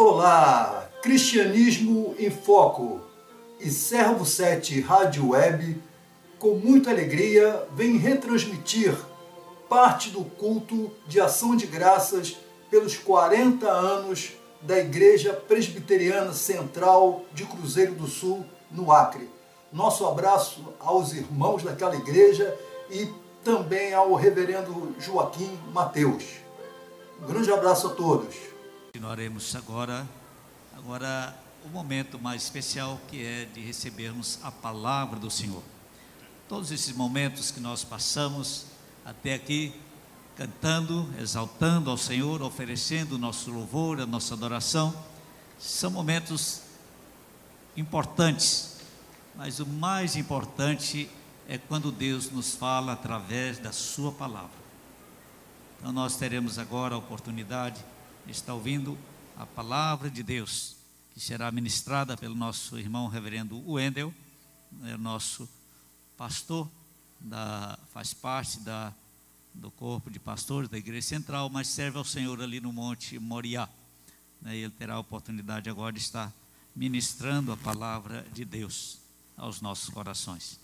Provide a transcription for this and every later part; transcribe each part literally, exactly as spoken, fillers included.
Olá, Cristianismo em Foco e Servo sete Rádio Web, com muita alegria, vem retransmitir parte do culto de ação de graças pelos quarenta anos da Igreja Presbiteriana Central de Cruzeiro do Sul, no Acre. Nosso abraço aos irmãos daquela igreja e também ao reverendo Joaquim Mateus. Um grande abraço a todos. Continuaremos agora, agora o momento mais especial, que é de recebermos a palavra do Senhor. Todos esses momentos que nós passamos até aqui, cantando, exaltando ao Senhor, oferecendo o nosso louvor, a nossa adoração, são momentos importantes, mas o mais importante é quando Deus nos fala através da sua palavra. Então nós teremos agora a oportunidade de estar ouvindo a palavra de Deus, que será ministrada pelo nosso irmão reverendo Wendel, é o nosso pastor, da, faz parte da, do corpo de pastores da Igreja Central, mas serve ao Senhor ali no Monte Moriá. Né, ele terá a oportunidade agora de estar ministrando a palavra de Deus aos nossos corações.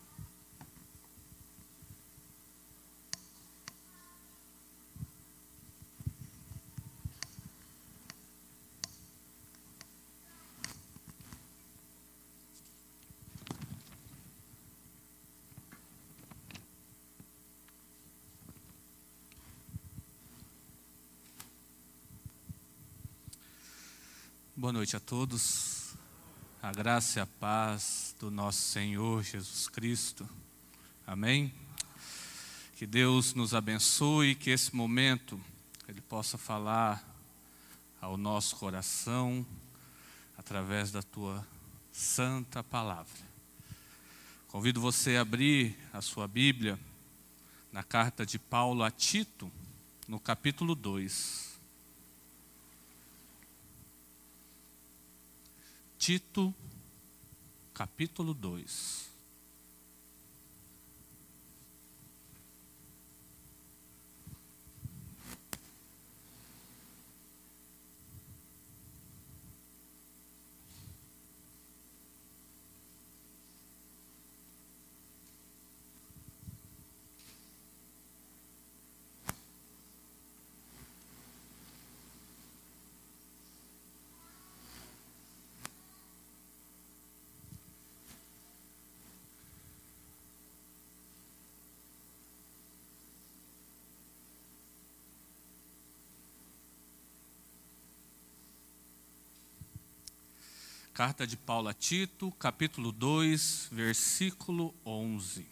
Boa noite a todos, a graça e a paz do nosso Senhor Jesus Cristo, amém? Que Deus nos abençoe, que esse momento Ele possa falar ao nosso coração, através da Tua santa palavra. Convido você a abrir a sua Bíblia, na carta de Paulo a Tito, no capítulo dois. Tito, capítulo dois. Carta de Paulo a Tito, capítulo dois, versículo onze.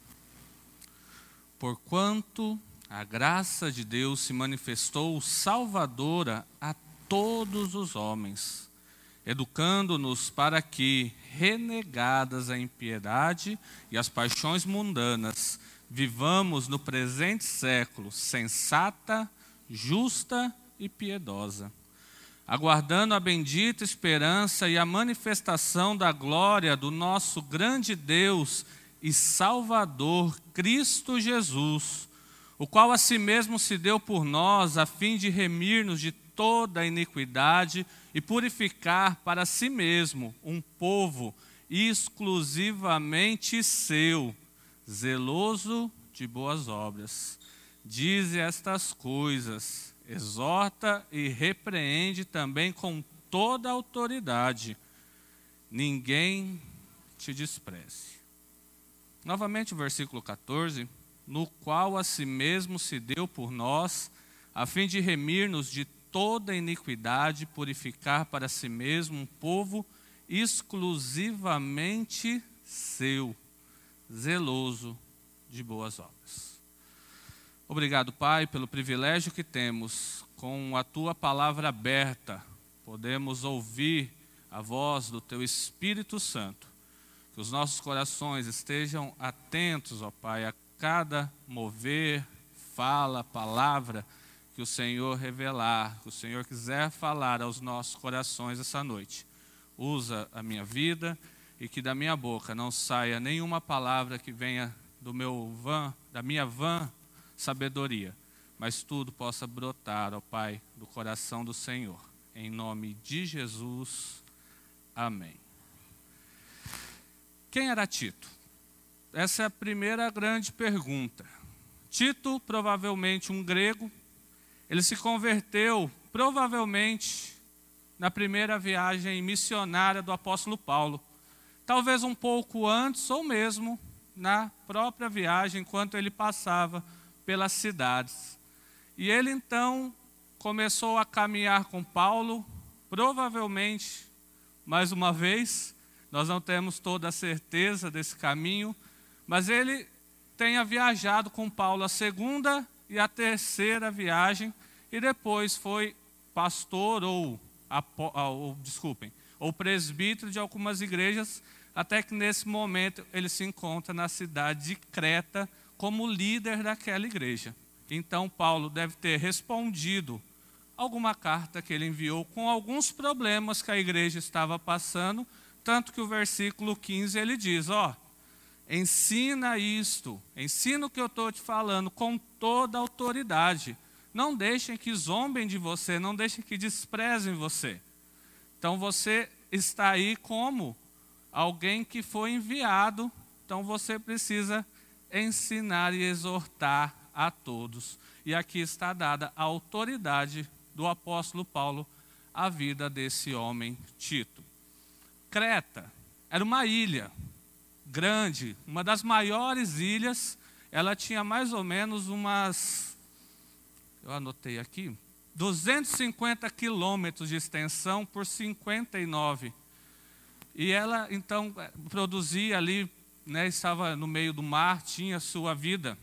Porquanto a graça de Deus se manifestou salvadora a todos os homens, educando-nos para que, renegadas a impiedade e as paixões mundanas, vivamos no presente século sensata, justa e piedosa, aguardando a bendita esperança e a manifestação da glória do nosso grande Deus e Salvador, Cristo Jesus, o qual a si mesmo se deu por nós, a fim de remir-nos de toda a iniquidade e purificar para si mesmo um povo exclusivamente seu, zeloso de boas obras. Dize estas coisas, exorta e repreende também com toda a autoridade. Ninguém te despreze. Novamente o versículo quatorze. No qual a si mesmo se deu por nós, a fim de remir-nos de toda a iniquidade, purificar para si mesmo um povo exclusivamente seu, zeloso de boas obras. Obrigado, Pai, pelo privilégio que temos, com a Tua palavra aberta, podemos ouvir a voz do Teu Espírito Santo. Que os nossos corações estejam atentos, ó Pai, a cada mover, fala, palavra que o Senhor revelar, que o Senhor quiser falar aos nossos corações essa noite. Usa a minha vida e que da minha boca não saia nenhuma palavra que venha do meu vã, da minha vã sabedoria, mas tudo possa brotar, ó Pai, do coração do Senhor. Em nome de Jesus, amém. Quem era Tito? Essa é a primeira grande pergunta. Tito, provavelmente um grego, ele se converteu, provavelmente, na primeira viagem missionária do apóstolo Paulo. Talvez um pouco antes ou mesmo na própria viagem, enquanto ele passava pelas cidades. E ele então começou a caminhar com Paulo, provavelmente, mais uma vez, nós não temos toda a certeza desse caminho, mas ele tenha viajado com Paulo a segunda e a terceira viagem, e depois foi pastor ou, ou desculpem, ou presbítero de algumas igrejas, até que nesse momento ele se encontra na cidade de Creta como líder daquela igreja. Então Paulo deve ter respondido alguma carta que ele enviou com alguns problemas que a igreja estava passando, tanto que o versículo quinze ele diz, ó, ensina isto, ensina o que eu estou te falando com toda a autoridade. Não deixem que zombem de você, não deixem que desprezem você. Então você está aí como alguém que foi enviado, então você precisa ensinar e exortar a todos. E aqui está dada a autoridade do apóstolo Paulo à vida desse homem Tito. Creta era uma ilha grande, uma das maiores ilhas, ela tinha mais ou menos umas, eu anotei aqui, duzentos e cinquenta quilômetros de extensão por cinquenta e nove. E ela então produzia ali, né, estava no meio do mar, tinha sua vida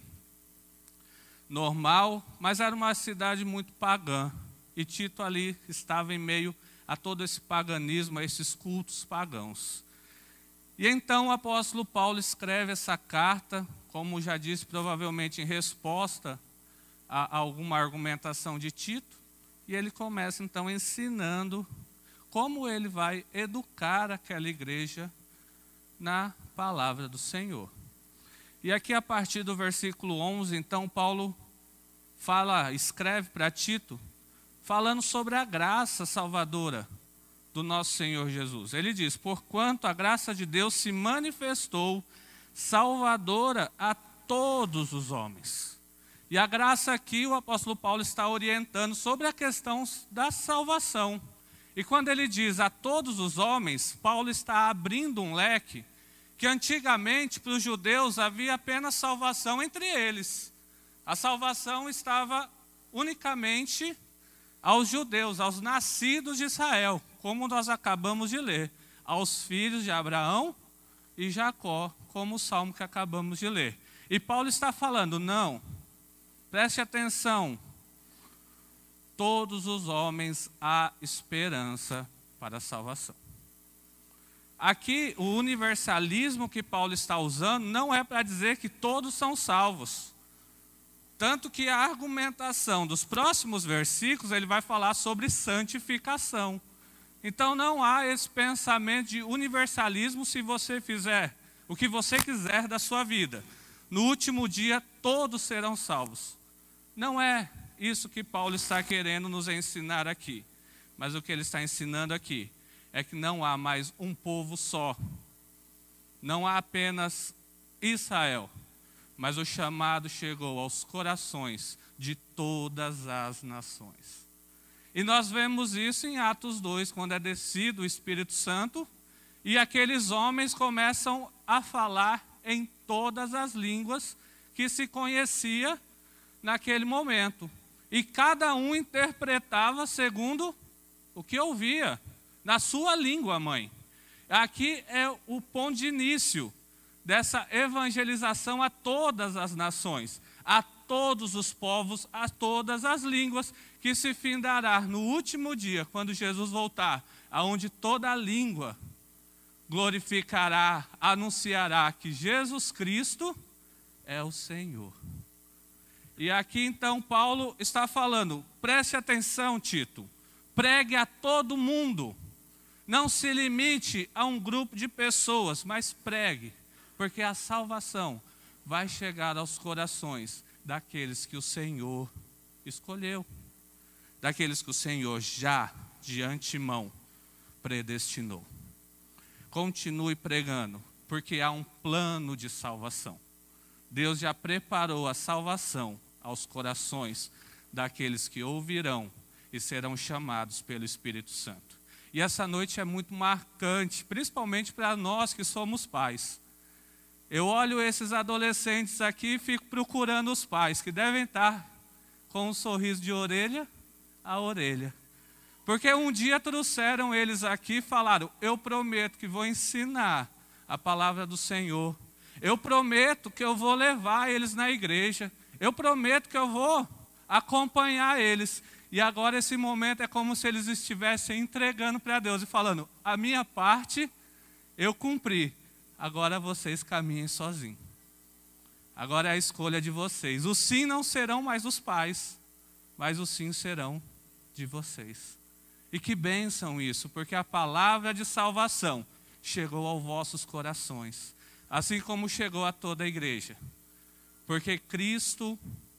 normal, mas era uma cidade muito pagã. E Tito ali estava em meio a todo esse paganismo, a esses cultos pagãos. E então o apóstolo Paulo escreve essa carta, como já disse, provavelmente em resposta a alguma argumentação de Tito, e ele começa então ensinando como ele vai educar aquela igreja na palavra do Senhor. E aqui a partir do versículo onze, então Paulo fala, escreve para Tito, falando sobre a graça salvadora do nosso Senhor Jesus. Ele diz, porquanto a graça de Deus se manifestou salvadora a todos os homens. E a graça aqui o apóstolo Paulo está orientando sobre a questão da salvação. E quando ele diz a todos os homens, Paulo está abrindo um leque que antigamente para os judeus havia apenas salvação entre eles. A salvação estava unicamente aos judeus, aos nascidos de Israel, como nós acabamos de ler, aos filhos de Abraão e Jacó, como o salmo que acabamos de ler. E Paulo está falando, não, preste atenção, todos os homens há esperança para a salvação. Aqui, o universalismo que Paulo está usando não é para dizer que todos são salvos. Tanto que a argumentação dos próximos versículos, ele vai falar sobre santificação. Então não há esse pensamento de universalismo se você fizer o que você quiser da sua vida. No último dia, todos serão salvos. Não é isso que Paulo está querendo nos ensinar aqui. Mas o que ele está ensinando aqui é que não há mais um povo só. Não há apenas Israel. Mas o chamado chegou aos corações de todas as nações. E nós vemos isso em Atos dois, quando é descido o Espírito Santo, e aqueles homens começam a falar em todas as línguas que se conhecia naquele momento. E cada um interpretava segundo o que ouvia, na sua língua, mãe. Aqui é o ponto de início dessa evangelização a todas as nações, a todos os povos, a todas as línguas, que se findará no último dia, quando Jesus voltar, aonde toda a língua glorificará, anunciará que Jesus Cristo é o Senhor. E aqui então Paulo está falando, preste atenção, Tito, pregue a todo mundo, não se limite a um grupo de pessoas, mas pregue. Porque a salvação vai chegar aos corações daqueles que o Senhor escolheu, daqueles que o Senhor já de antemão predestinou. Continue pregando, porque há um plano de salvação. Deus já preparou a salvação aos corações daqueles que ouvirão e serão chamados pelo Espírito Santo. E essa noite é muito marcante, principalmente para nós que somos pais. Eu olho esses adolescentes aqui e fico procurando os pais, que devem estar com um sorriso de orelha a orelha. Porque um dia trouxeram eles aqui e falaram: eu prometo que vou ensinar a palavra do Senhor. Eu prometo que eu vou levar eles na igreja. Eu prometo que eu vou acompanhar eles. E agora esse momento é como se eles estivessem entregando para Deus e falando: a minha parte eu cumpri. Agora vocês caminhem sozinhos. Agora é a escolha de vocês. Os sim não serão mais dos pais, mas os sim serão de vocês. E que bênção isso, porque a palavra de salvação chegou aos vossos corações, assim como chegou a toda a igreja. Porque Cristo,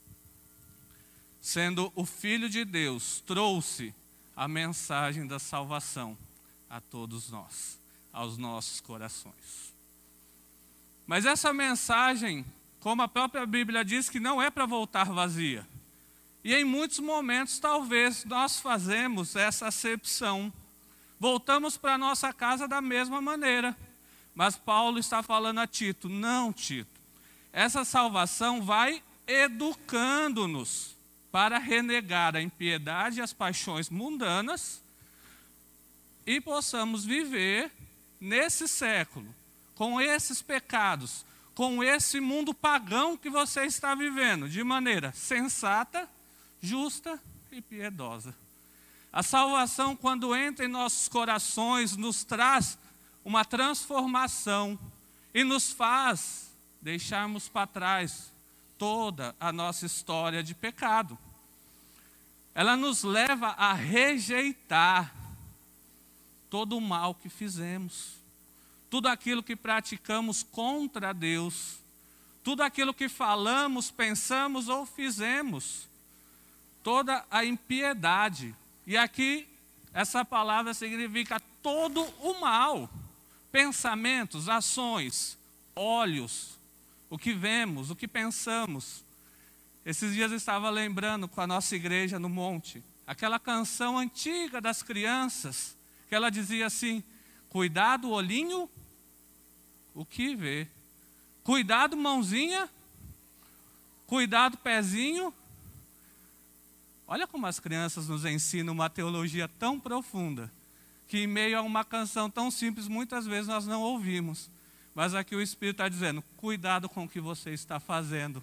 sendo o Filho de Deus, trouxe a mensagem da salvação a todos nós, aos nossos corações. Mas essa mensagem, como a própria Bíblia diz, que não é para voltar vazia. E em muitos momentos, talvez, nós fazemos essa acepção. Voltamos para a nossa casa da mesma maneira. Mas Paulo está falando a Tito: não, Tito, essa salvação vai educando-nos para renegar a impiedade e as paixões mundanas e possamos viver nesse século, com esses pecados, com esse mundo pagão que você está vivendo, de maneira sensata, justa e piedosa. A salvação, quando entra em nossos corações, nos traz uma transformação e nos faz deixarmos para trás toda a nossa história de pecado. Ela nos leva a rejeitar todo o mal que fizemos, tudo aquilo que praticamos contra Deus, tudo aquilo que falamos, pensamos ou fizemos, toda a impiedade. E aqui essa palavra significa todo o mal, pensamentos, ações, olhos, o que vemos, o que pensamos. Esses dias eu estava lembrando com a nossa igreja no monte, aquela canção antiga das crianças, que ela dizia assim: cuidado olhinho, o que vê, cuidado mãozinha, cuidado pezinho. Olha como as crianças nos ensinam uma teologia tão profunda, que em meio a uma canção tão simples, muitas vezes nós não ouvimos. Mas aqui o Espírito está dizendo: cuidado com o que você está fazendo.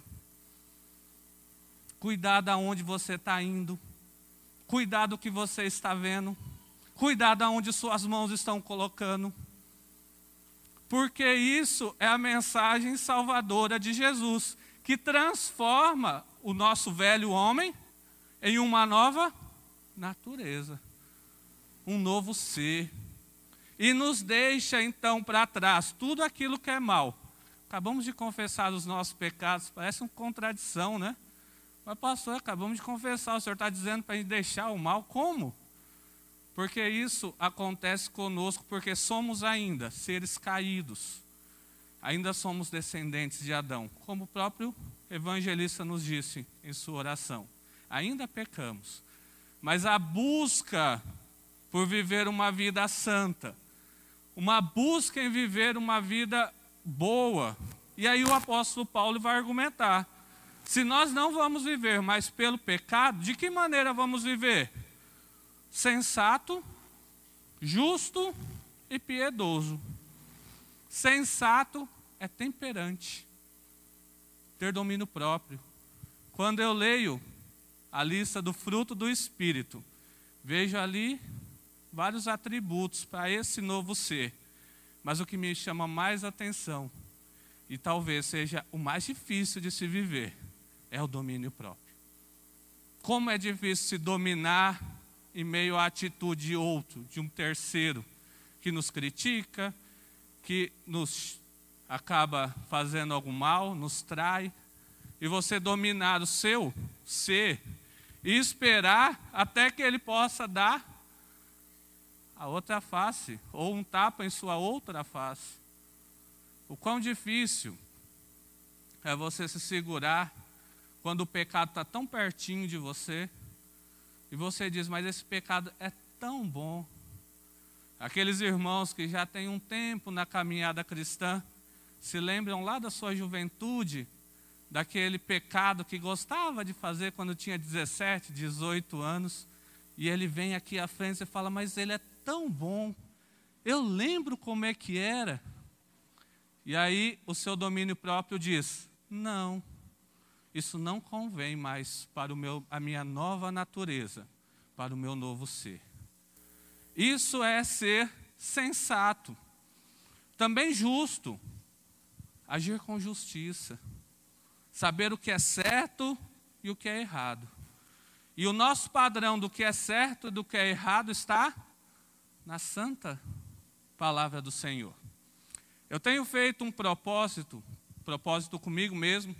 Cuidado aonde você está indo. Cuidado o que você está vendo. Cuidado aonde suas mãos estão colocando. Porque isso é a mensagem salvadora de Jesus, que transforma o nosso velho homem em uma nova natureza, um novo ser, e nos deixa então para trás tudo aquilo que é mal. Acabamos de confessar os nossos pecados, parece uma contradição, né? Mas pastor, acabamos de confessar, o Senhor está dizendo para a gente deixar o mal, como? Porque isso acontece conosco, porque somos ainda seres caídos, ainda somos descendentes de Adão, como o próprio evangelista nos disse em sua oração. Ainda pecamos, mas a busca por viver uma vida santa, uma busca em viver uma vida boa. E aí o apóstolo Paulo vai argumentar: se nós não vamos viver mais pelo pecado, de que maneira vamos viver? Sensato, justo e piedoso. Sensato é temperante, ter domínio próprio. Quando eu leio a lista do fruto do Espírito, vejo ali vários atributos para esse novo ser. Mas o que me chama mais atenção, e talvez seja o mais difícil de se viver, é o domínio próprio. Como é difícil se dominar em meio à atitude de outro, de um terceiro, que nos critica, que nos acaba fazendo algum mal, nos trai. E você dominar o seu ser e esperar até que ele possa dar a outra face, ou um tapa em sua outra face. O quão difícil é você se segurar quando o pecado está tão pertinho de você e você diz, mas esse pecado é tão bom. Aqueles irmãos que já têm um tempo na caminhada cristã, se lembram lá da sua juventude, daquele pecado que gostava de fazer quando tinha dezessete, dezoito anos, e ele vem aqui à frente e fala, mas ele é tão bom, eu lembro como é que era. E aí o seu domínio próprio diz, não, isso não convém mais para o meu, a minha nova natureza, para o meu novo ser. Isso é ser sensato, também justo, agir com justiça, saber o que é certo e o que é errado. E o nosso padrão do que é certo e do que é errado está na santa palavra do Senhor. Eu tenho feito um propósito, propósito comigo mesmo.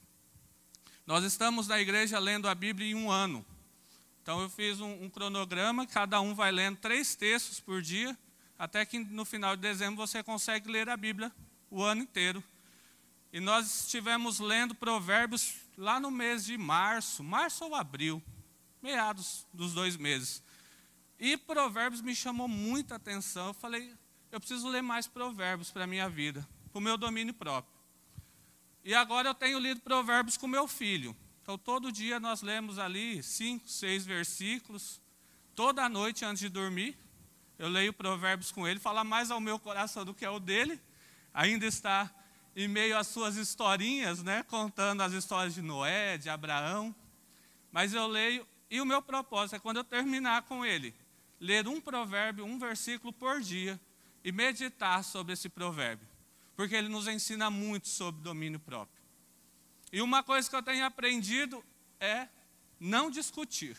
Nós estamos na igreja lendo a Bíblia em um ano. Então eu fiz um, um cronograma, cada um vai lendo três textos por dia, até que no final de dezembro você consegue ler a Bíblia o ano inteiro. E nós estivemos lendo Provérbios lá no mês de março, março ou abril, meados dos dois meses. E Provérbios me chamou muita atenção. Eu falei, eu preciso ler mais Provérbios para a minha vida, para o meu domínio próprio. E agora eu tenho lido Provérbios com meu filho. Então todo dia nós lemos ali cinco, seis versículos. Toda noite antes de dormir, eu leio Provérbios com ele. Fala mais ao meu coração do que ao dele. Ainda está em meio às suas historinhas, né, contando as histórias de Noé, de Abraão. Mas eu leio, e o meu propósito é quando eu terminar com ele, ler um provérbio, um versículo por dia e meditar sobre esse provérbio. Porque ele nos ensina muito sobre domínio próprio. E uma coisa que eu tenho aprendido é não discutir.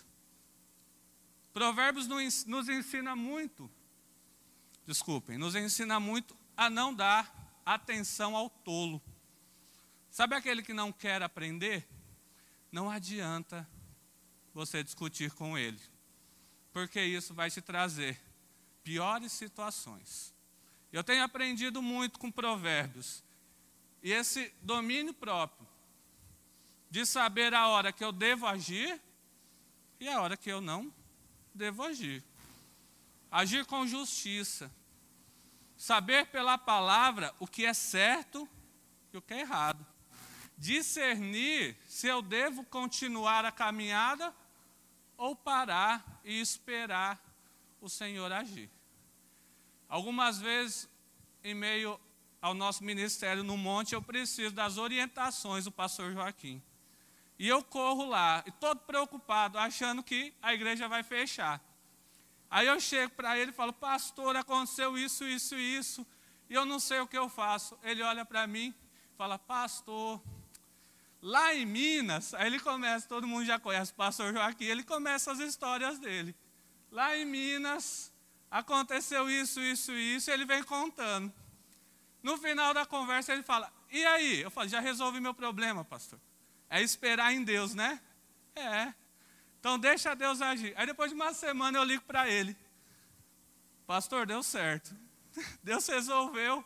Provérbios nos ensina muito, desculpem, nos ensina muito a não dar atenção ao tolo. Sabe aquele que não quer aprender? Não adianta você discutir com ele, porque isso vai te trazer piores situações. Eu tenho aprendido muito com Provérbios, e esse domínio próprio, de saber a hora que eu devo agir e a hora que eu não devo agir. Agir com justiça. Saber pela palavra o que é certo e o que é errado. Discernir se eu devo continuar a caminhada ou parar e esperar o Senhor agir. Algumas vezes, em meio ao nosso ministério no monte, eu preciso das orientações do pastor Joaquim. E eu corro lá, e todo preocupado, achando que a igreja vai fechar. Aí eu chego para ele e falo, pastor, aconteceu isso, isso e isso, e eu não sei o que eu faço. Ele olha para mim e fala, pastor, lá em Minas, aí ele começa, todo mundo já conhece o pastor Joaquim, ele começa as histórias dele. Lá em Minas, aconteceu isso, isso e isso, e ele vem contando. No final da conversa ele fala, e aí? Eu falo, já resolvi meu problema, pastor. É esperar em Deus, né? É. Então deixa Deus agir. Aí depois de uma semana eu ligo para ele. Pastor, deu certo. Deus resolveu.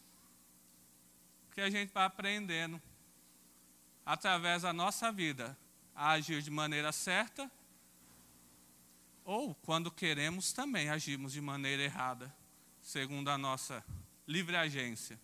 Que a gente vai aprendendo, através da nossa vida, a agir de maneira certa. Ou, quando queremos, também agimos de maneira errada, segundo a nossa livre agência.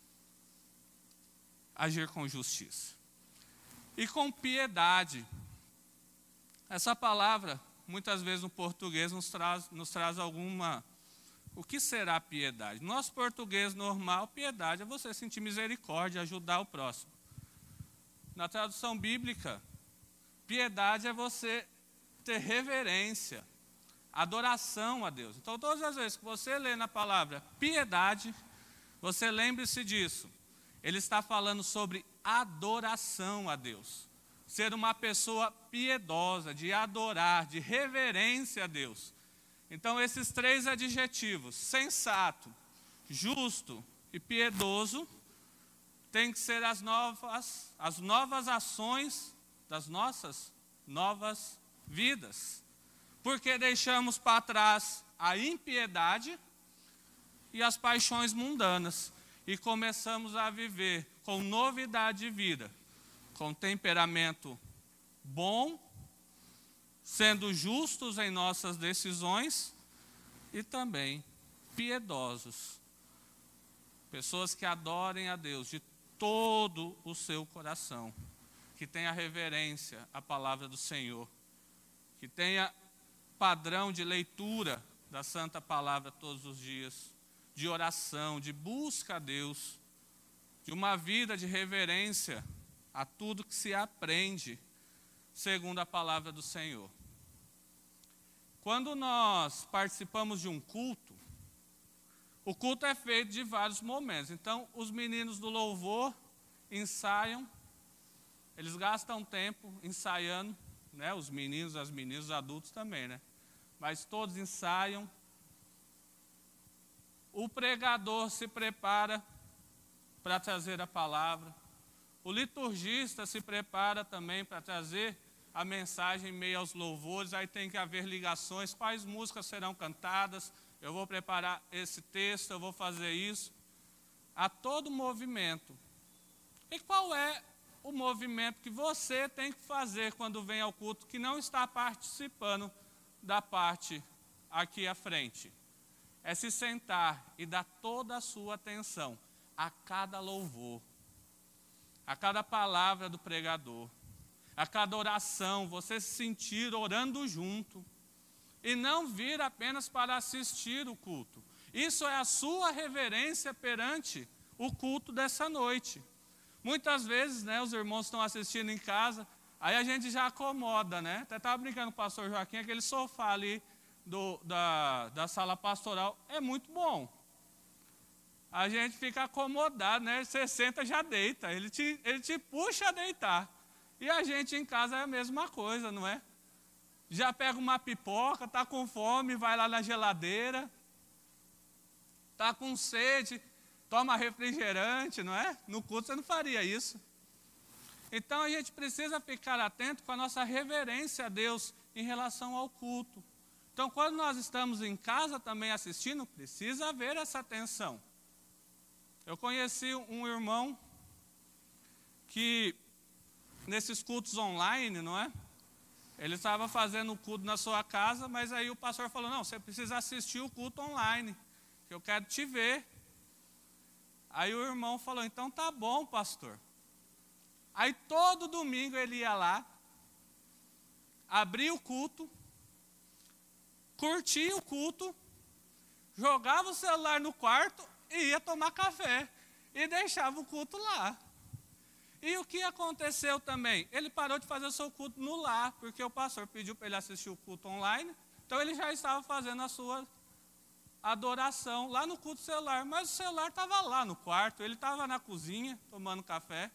Agir com justiça. E com piedade. Essa palavra, muitas vezes no português, nos traz, nos traz alguma... O que será piedade? No nosso português normal, piedade é você sentir misericórdia, ajudar o próximo. Na tradução bíblica, piedade é você ter reverência, adoração a Deus. Então, todas as vezes que você lê na palavra piedade, você lembre-se disso. Ele está falando sobre adoração a Deus. Ser uma pessoa piedosa, de adorar, de reverência a Deus. Então, esses três adjetivos, sensato, justo e piedoso, têm que ser as novas, as novas ações das nossas novas vidas. Porque deixamos para trás a impiedade e as paixões mundanas. E começamos a viver com novidade de vida, com temperamento bom, sendo justos em nossas decisões e também piedosos. Pessoas que adorem a Deus de todo o seu coração, que tenha reverência à palavra do Senhor, que tenha padrão de leitura da Santa Palavra todos os dias, de oração, de busca a Deus, de uma vida de reverência a tudo que se aprende segundo a palavra do Senhor. Quando nós participamos de um culto, o culto é feito de vários momentos. Então, os meninos do louvor ensaiam, eles gastam tempo ensaiando, né? Os meninos, as meninas, os adultos também, né? Mas todos ensaiam. O pregador se prepara para trazer a palavra. O liturgista se prepara também para trazer a mensagem em meio aos louvores. Aí tem que haver ligações, quais músicas serão cantadas. Eu vou preparar esse texto, eu vou fazer isso. Há todo movimento. E qual é o movimento que você tem que fazer quando vem ao culto que não está participando da parte aqui à frente? É se sentar e dar toda a sua atenção a cada louvor, a cada palavra do pregador, a cada oração, você se sentir orando junto e não vir apenas para assistir o culto. Isso é a sua reverência perante o culto dessa noite. Muitas vezes, né, os irmãos estão assistindo em casa, aí a gente já acomoda, né? Até estava brincando com o pastor Joaquim, aquele sofá ali do, da, da sala pastoral é muito bom. A gente fica acomodado, né? Você senta e já deita, ele te, ele te puxa a deitar. E a gente em casa é a mesma coisa, não é? Já pega uma pipoca, está com fome, vai lá na geladeira, está com sede, toma refrigerante, não é? No culto você não faria isso. Então a gente precisa ficar atento com a nossa reverência a Deus em relação ao culto. Então quando nós estamos em casa também assistindo, precisa haver essa atenção. Eu conheci um irmão que, nesses cultos online, não é? Ele estava fazendo o culto na sua casa, mas aí o pastor falou, não, você precisa assistir o culto online, que eu quero te ver. Aí o irmão falou, então tá bom, pastor. Aí todo domingo ele ia lá, abria o culto, curtia o culto, jogava o celular no quarto e ia tomar café. E deixava o culto lá. E o que aconteceu também? Ele parou de fazer o seu culto no lar, porque o pastor pediu para ele assistir o culto online, então ele já estava fazendo a sua adoração lá no culto celular, mas o celular estava lá no quarto, ele estava na cozinha tomando café,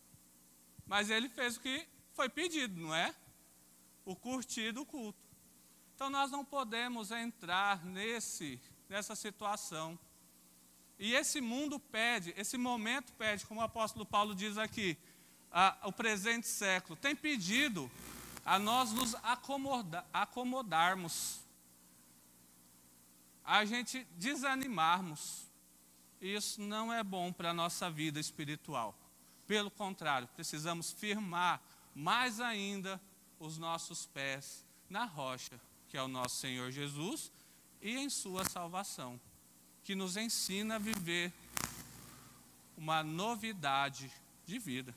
mas ele fez o que foi pedido, não é? O curtir do culto. Então nós não podemos entrar nesse, nessa situação. E esse mundo pede, esse momento pede, como o apóstolo Paulo diz aqui, a, o presente século tem pedido a nós nos acomoda, acomodarmos, a gente desanimarmos. Isso não é bom para a nossa vida espiritual. Pelo contrário, precisamos firmar mais ainda os nossos pés na rocha, que é o nosso Senhor Jesus, e em sua salvação, que nos ensina a viver uma novidade de vida.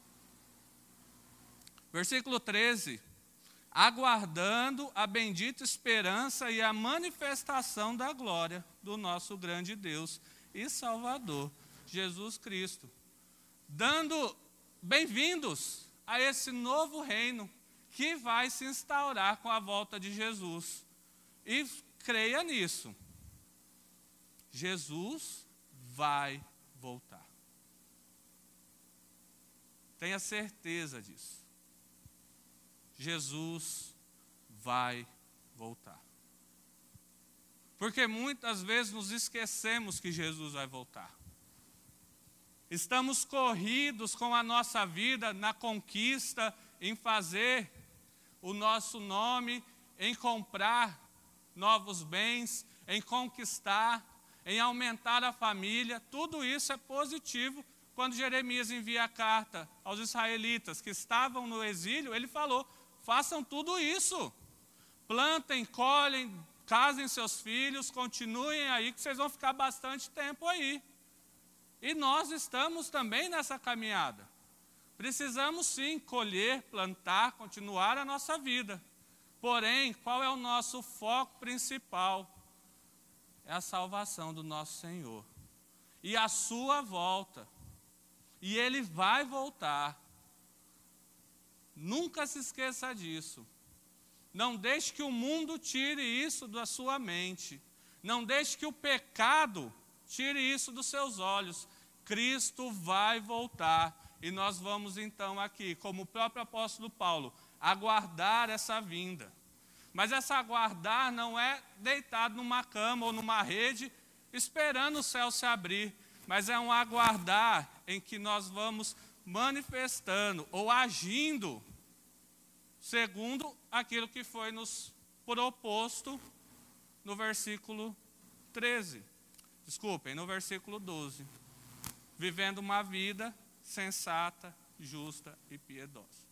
Versículo treze. Aguardando a bendita esperança e a manifestação da glória do nosso grande Deus e Salvador, Jesus Cristo. Dando bem-vindos a esse novo reino que vai se instaurar com a volta de Jesus. E creia nisso. Jesus vai voltar. Tenha certeza disso. Jesus vai voltar. Porque muitas vezes nos esquecemos que Jesus vai voltar. Estamos corridos com a nossa vida na conquista, em fazer o nosso nome, em comprar novos bens, em conquistar, em aumentar a família. Tudo isso é positivo. Quando Jeremias envia a carta aos israelitas que estavam no exílio, ele falou: façam tudo isso. Plantem, colhem, casem seus filhos, continuem aí, que vocês vão ficar bastante tempo aí. E nós estamos também nessa caminhada. Precisamos sim colher, plantar, continuar a nossa vida. Porém, qual é o nosso foco principal? É a salvação do nosso Senhor e a sua volta. E Ele vai voltar. Nunca se esqueça disso. Não deixe que o mundo tire isso da sua mente. Não deixe que o pecado tire isso dos seus olhos. Cristo vai voltar. E nós vamos então aqui, como o próprio apóstolo Paulo, aguardar essa vinda. Mas essa aguardar não é deitado numa cama ou numa rede, esperando o céu se abrir. Mas é um aguardar em que nós vamos manifestando ou agindo segundo aquilo que foi nos proposto no versículo treze. Desculpem, no versículo doze. Vivendo uma vida sensata, justa e piedosa.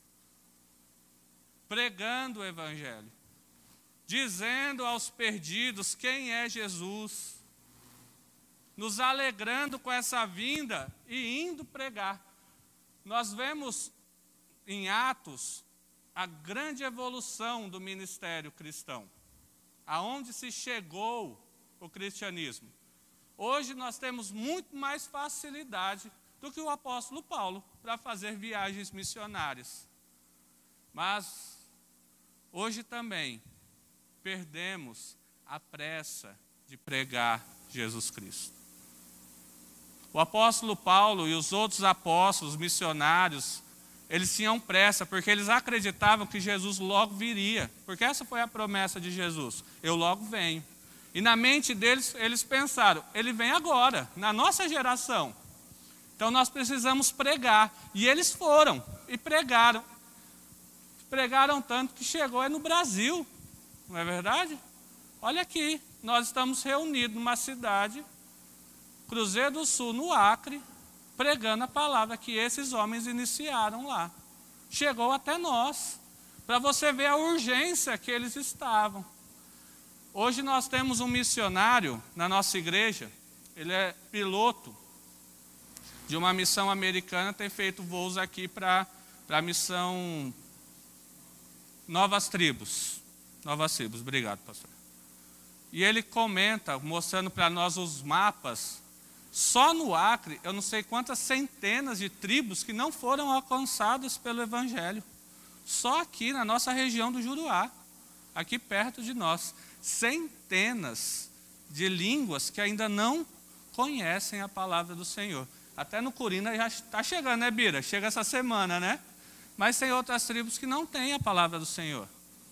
Pregando o Evangelho. Dizendo aos perdidos quem é Jesus. Nos alegrando com essa vinda e indo pregar. Nós vemos em Atos a grande evolução do ministério cristão, aonde se chegou o cristianismo. Hoje nós temos muito mais facilidade do que o apóstolo Paulo para fazer viagens missionárias. Mas hoje também perdemos a pressa de pregar Jesus Cristo. O apóstolo Paulo e os outros apóstolos missionários, eles tinham pressa, porque eles acreditavam que Jesus logo viria. Porque essa foi a promessa de Jesus: eu logo venho. E na mente deles, eles pensaram: ele vem agora, na nossa geração. Então nós precisamos pregar. E eles foram e pregaram. Pregaram tanto que chegou é no Brasil. Não é verdade? Olha aqui, nós estamos reunidos numa cidade, Cruzeiro do Sul, no Acre, pregando a palavra que esses homens iniciaram lá. Chegou até nós, para você ver a urgência que eles estavam. Hoje nós temos um missionário na nossa igreja, ele é piloto de uma missão americana, tem feito voos aqui para a missão Novas Tribos. Novas Tribos, obrigado, pastor. E ele comenta, mostrando para nós os mapas. Só no Acre, eu não sei quantas centenas de tribos que não foram alcançadas pelo Evangelho. Só aqui na nossa região do Juruá, aqui perto de nós. Centenas de línguas que ainda não conhecem a palavra do Senhor. Até no Curina já está chegando, né, Bira? Chega essa semana, né? Mas tem outras tribos que não têm a palavra do Senhor.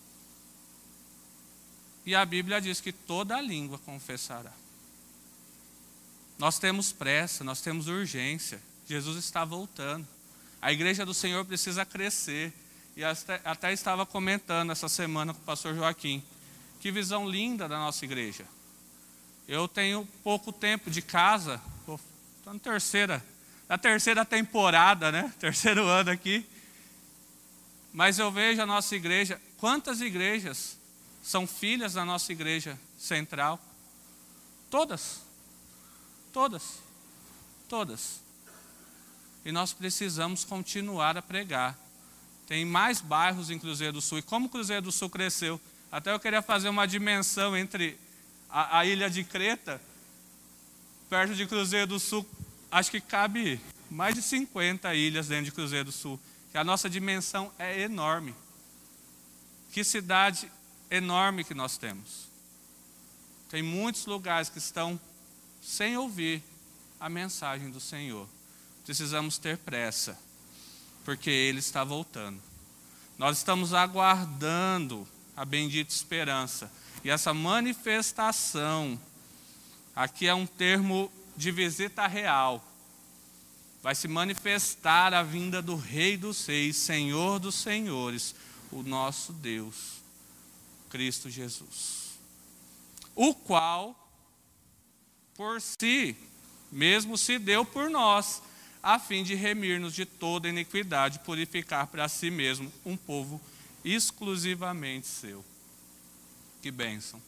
E a Bíblia diz que toda língua confessará. Nós temos pressa, nós temos urgência. Jesus está voltando. A igreja do Senhor precisa crescer. E até, até estava comentando essa semana com o pastor Joaquim. Que visão linda da nossa igreja. Eu tenho pouco tempo de casa. Estou na terceira, na terceira temporada, né? Terceiro ano aqui. Mas eu vejo a nossa igreja. Quantas igrejas são filhas da nossa igreja central? Todas. Todas, todas. E nós precisamos continuar a pregar. Tem mais bairros em Cruzeiro do Sul. E como Cruzeiro do Sul cresceu, até eu queria fazer uma dimensão entre a, a ilha de Creta, perto de Cruzeiro do Sul, acho que cabe mais de cinquenta ilhas dentro de Cruzeiro do Sul. Que a nossa dimensão é enorme. Que cidade enorme que nós temos. Tem muitos lugares que estão sem ouvir a mensagem do Senhor. Precisamos ter pressa, porque Ele está voltando. Nós estamos aguardando a bendita esperança. E essa manifestação, aqui é um termo de visita real. Vai se manifestar a vinda do Rei dos Reis, Senhor dos Senhores, o nosso Deus, Cristo Jesus. o qual, por si mesmo, se deu por nós, a fim de remir-nos de toda iniquidade, purificar para si mesmo um povo exclusivamente seu. Que bênção.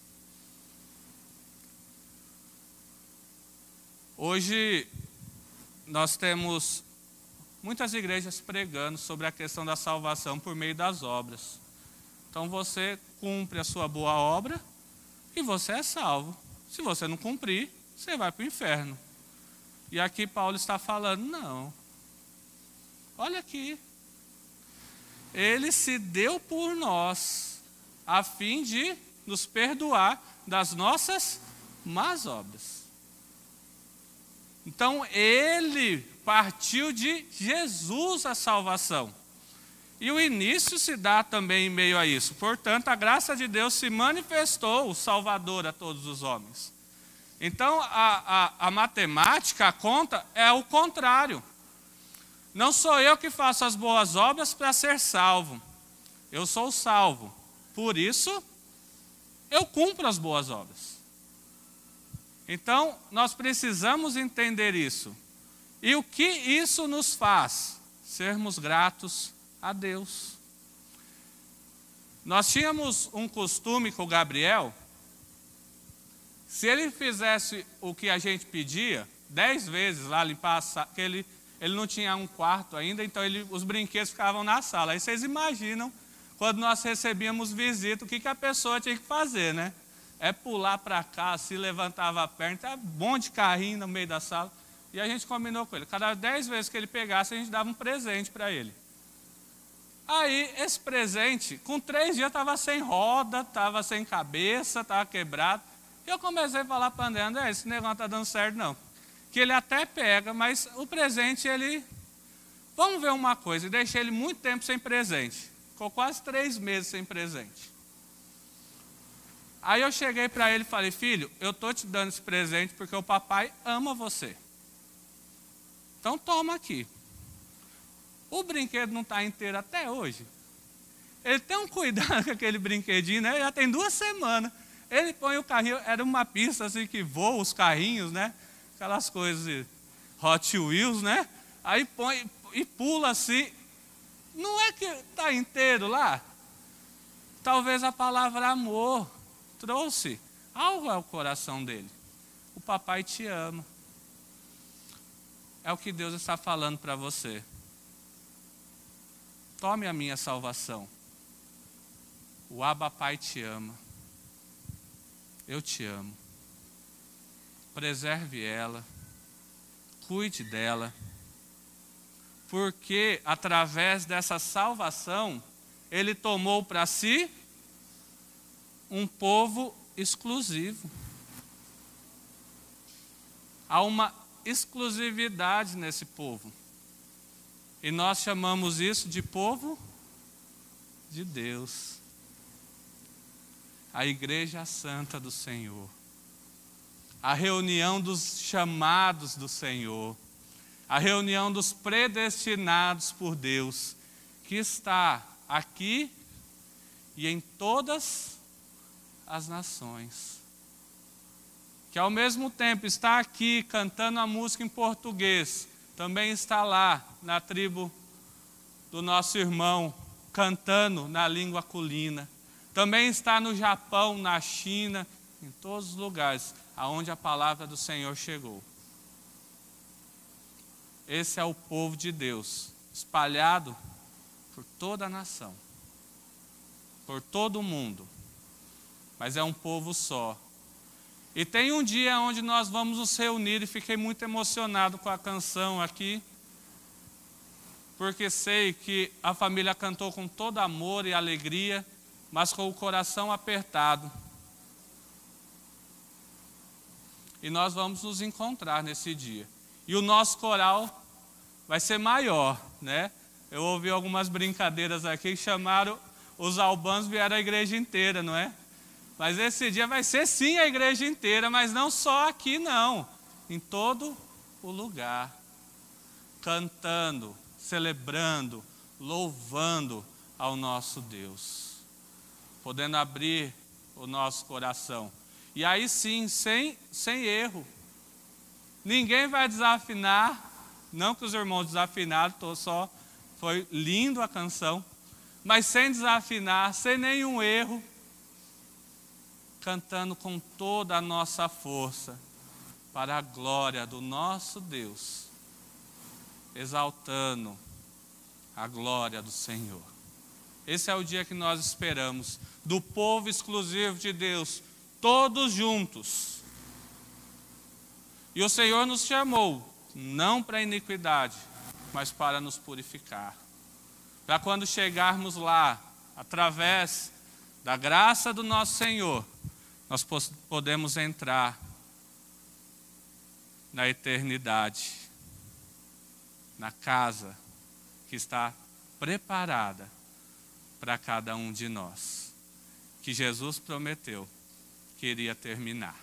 Hoje nós temos muitas igrejas pregando sobre a questão da salvação por meio das obras. Então você cumpre a sua boa obra e você é salvo. Se você não cumprir, você vai para o inferno. E aqui Paulo está falando, não. Olha aqui. Ele se deu por nós, a fim de nos perdoar das nossas más obras. Então, ele partiu de Jesus a salvação. E o início se dá também em meio a isso. Portanto, a graça de Deus se manifestou, o Salvador a todos os homens. Então, a, a, a matemática, a conta, é o contrário. Não sou eu que faço as boas obras para ser salvo. Eu sou salvo. Por isso, eu cumpro as boas obras. Então, nós precisamos entender isso. E o que isso nos faz? Sermos gratos a Deus. Nós tínhamos um costume com o Gabriel. Se ele fizesse o que a gente pedia, dez vezes lá limpar a sala, que ele, ele não tinha um quarto ainda, então ele, os brinquedos ficavam na sala. Aí vocês imaginam, quando nós recebíamos visita, o que, que a pessoa tinha que fazer, né? É pular para cá, se levantava a perna, tá bom de carrinho no meio da sala. E a gente combinou com ele. Cada dez vezes que ele pegasse, a gente dava um presente para ele. Aí, esse presente, com três dias, estava sem roda, estava sem cabeça, estava quebrado. E eu comecei a falar para o André, André, esse negócio não está dando certo, não. Que ele até pega, mas o presente, ele... Vamos ver uma coisa, eu deixei ele muito tempo sem presente. Ficou quase três meses sem presente. Aí eu cheguei para ele e falei, filho, eu estou te dando esse presente porque o papai ama você. Então toma aqui. O brinquedo não está inteiro até hoje. Ele tem um cuidado com aquele brinquedinho, né? Já tem duas semanas. Ele põe o carrinho, era uma pista assim que voa os carrinhos, né? Aquelas coisas de Hot Wheels, né? Aí põe e pula assim. Não é que está inteiro lá? Talvez a palavra amor trouxe algo ao coração dele. O papai te ama. É o que Deus está falando para você. Tome a minha salvação. O Abba Pai te ama. Eu te amo. Preserve ela. Cuide dela. Porque através dessa salvação, Ele tomou para si um povo exclusivo. Há uma exclusividade nesse povo. E nós chamamos isso de povo de Deus. A Igreja Santa do Senhor. A reunião dos chamados do Senhor. A reunião dos predestinados por Deus, que está aqui e em todas as nações. Que ao mesmo tempo está aqui cantando a música em português, também está lá na tribo do nosso irmão, cantando na língua culina. Também está no Japão, na China, em todos os lugares aonde a palavra do Senhor chegou. Esse é o povo de Deus, espalhado por toda a nação, por todo o mundo, mas é um povo só. E tem um dia onde nós vamos nos reunir, e fiquei muito emocionado com a canção aqui, porque sei que a família cantou com todo amor e alegria, mas com o coração apertado. E nós vamos nos encontrar nesse dia. E o nosso coral vai ser maior, né? Eu ouvi algumas brincadeiras aqui que chamaram, os albanos vieram a igreja inteira, não é? Mas esse dia vai ser sim a igreja inteira, mas não só aqui não, em todo o lugar, cantando, celebrando, louvando ao nosso Deus, podendo abrir o nosso coração. E aí sim, sem, sem erro. Ninguém vai desafinar, não que os irmãos desafinaram, tô só, foi lindo a canção, mas sem desafinar, sem nenhum erro, cantando com toda a nossa força, para a glória do nosso Deus, exaltando a glória do Senhor. Esse é o dia que nós esperamos, do povo exclusivo de Deus, todos juntos. E o Senhor nos chamou, não para a iniquidade, mas para nos purificar. Para quando chegarmos lá, através da graça do nosso Senhor, nós podemos entrar na eternidade, na casa que está preparada para cada um de nós, que Jesus prometeu que iria terminar.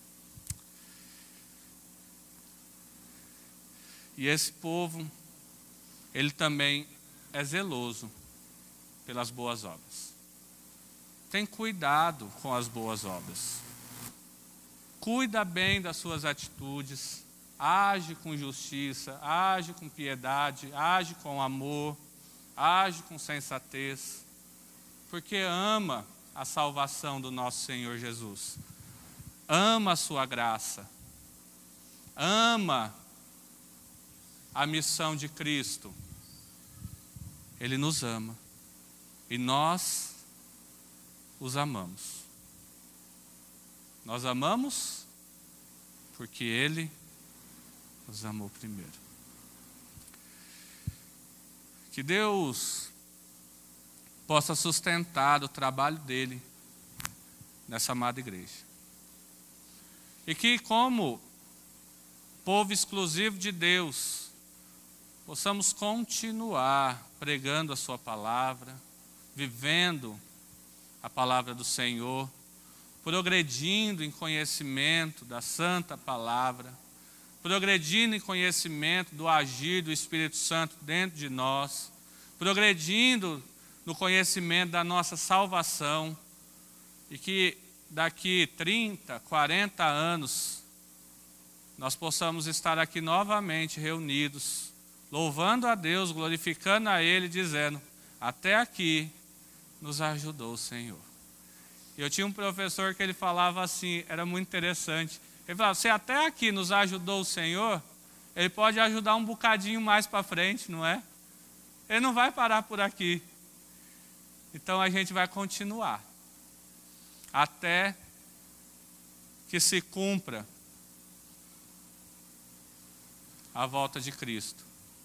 E esse povo, ele também é zeloso pelas boas obras. Tem cuidado com as boas obras. Cuida bem das suas atitudes, age com justiça, age com piedade, age com amor, age com sensatez, porque ama a salvação do nosso Senhor Jesus, ama a sua graça, ama a missão de Cristo. Ele nos ama e nós os amamos. Nós amamos porque Ele nos amou primeiro. Que Deus possa sustentar o trabalho dEle nessa amada igreja. E que, como povo exclusivo de Deus, possamos continuar pregando a sua palavra, vivendo a palavra do Senhor, progredindo em conhecimento da santa palavra, progredindo em conhecimento do agir do Espírito Santo dentro de nós, progredindo no conhecimento da nossa salvação, e que daqui trinta, quarenta anos nós possamos estar aqui novamente reunidos, louvando a Deus, glorificando a Ele, dizendo: até aqui nos ajudou o Senhor. Eu tinha um professor que ele falava assim, era muito interessante. Ele falava: se até aqui nos ajudou o Senhor, Ele pode ajudar um bocadinho mais para frente, não é? Ele não vai parar por aqui. Então a gente vai continuar, até que se cumpra a volta de Cristo.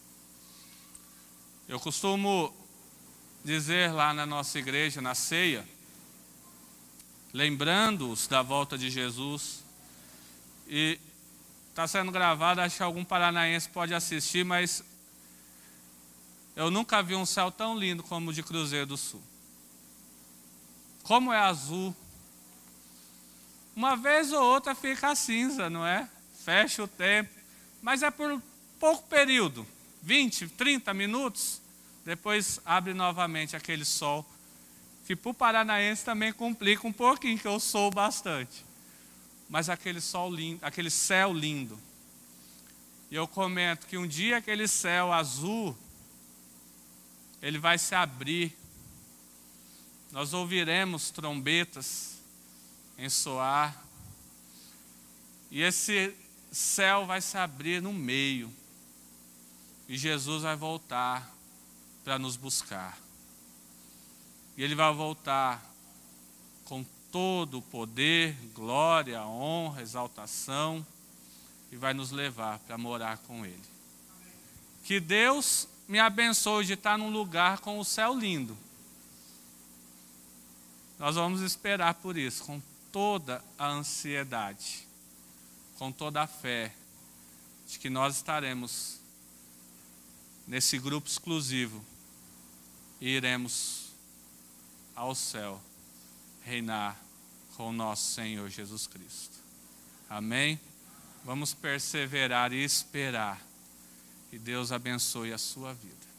Eu costumo dizer lá na nossa igreja, na ceia, lembrando-os da volta de Jesus, e está sendo gravado, acho que algum paranaense pode assistir, mas eu nunca vi um céu tão lindo como o de Cruzeiro do Sul. Como é azul. Uma vez ou outra fica cinza, não é? Fecha o tempo, mas é por pouco período, vinte, trinta minutos, depois abre novamente aquele sol, que para o paranaense também complica um pouquinho, que eu sou bastante. Mas aquele sol lindo, aquele céu lindo. E eu comento que um dia aquele céu azul, ele vai se abrir. Nós ouviremos trombetas ensoar. E esse céu vai se abrir no meio. E Jesus vai voltar para nos buscar. E Ele vai voltar com todo o poder, glória, honra, exaltação, e vai nos levar para morar com Ele. Que Deus me abençoe de estar num lugar com o céu lindo. Nós vamos esperar por isso, com toda a ansiedade, com toda a fé, de que nós estaremos nesse grupo exclusivo e iremos ao céu reinar com o nosso Senhor Jesus Cristo. Amém? Vamos perseverar e esperar. Que Deus abençoe a sua vida.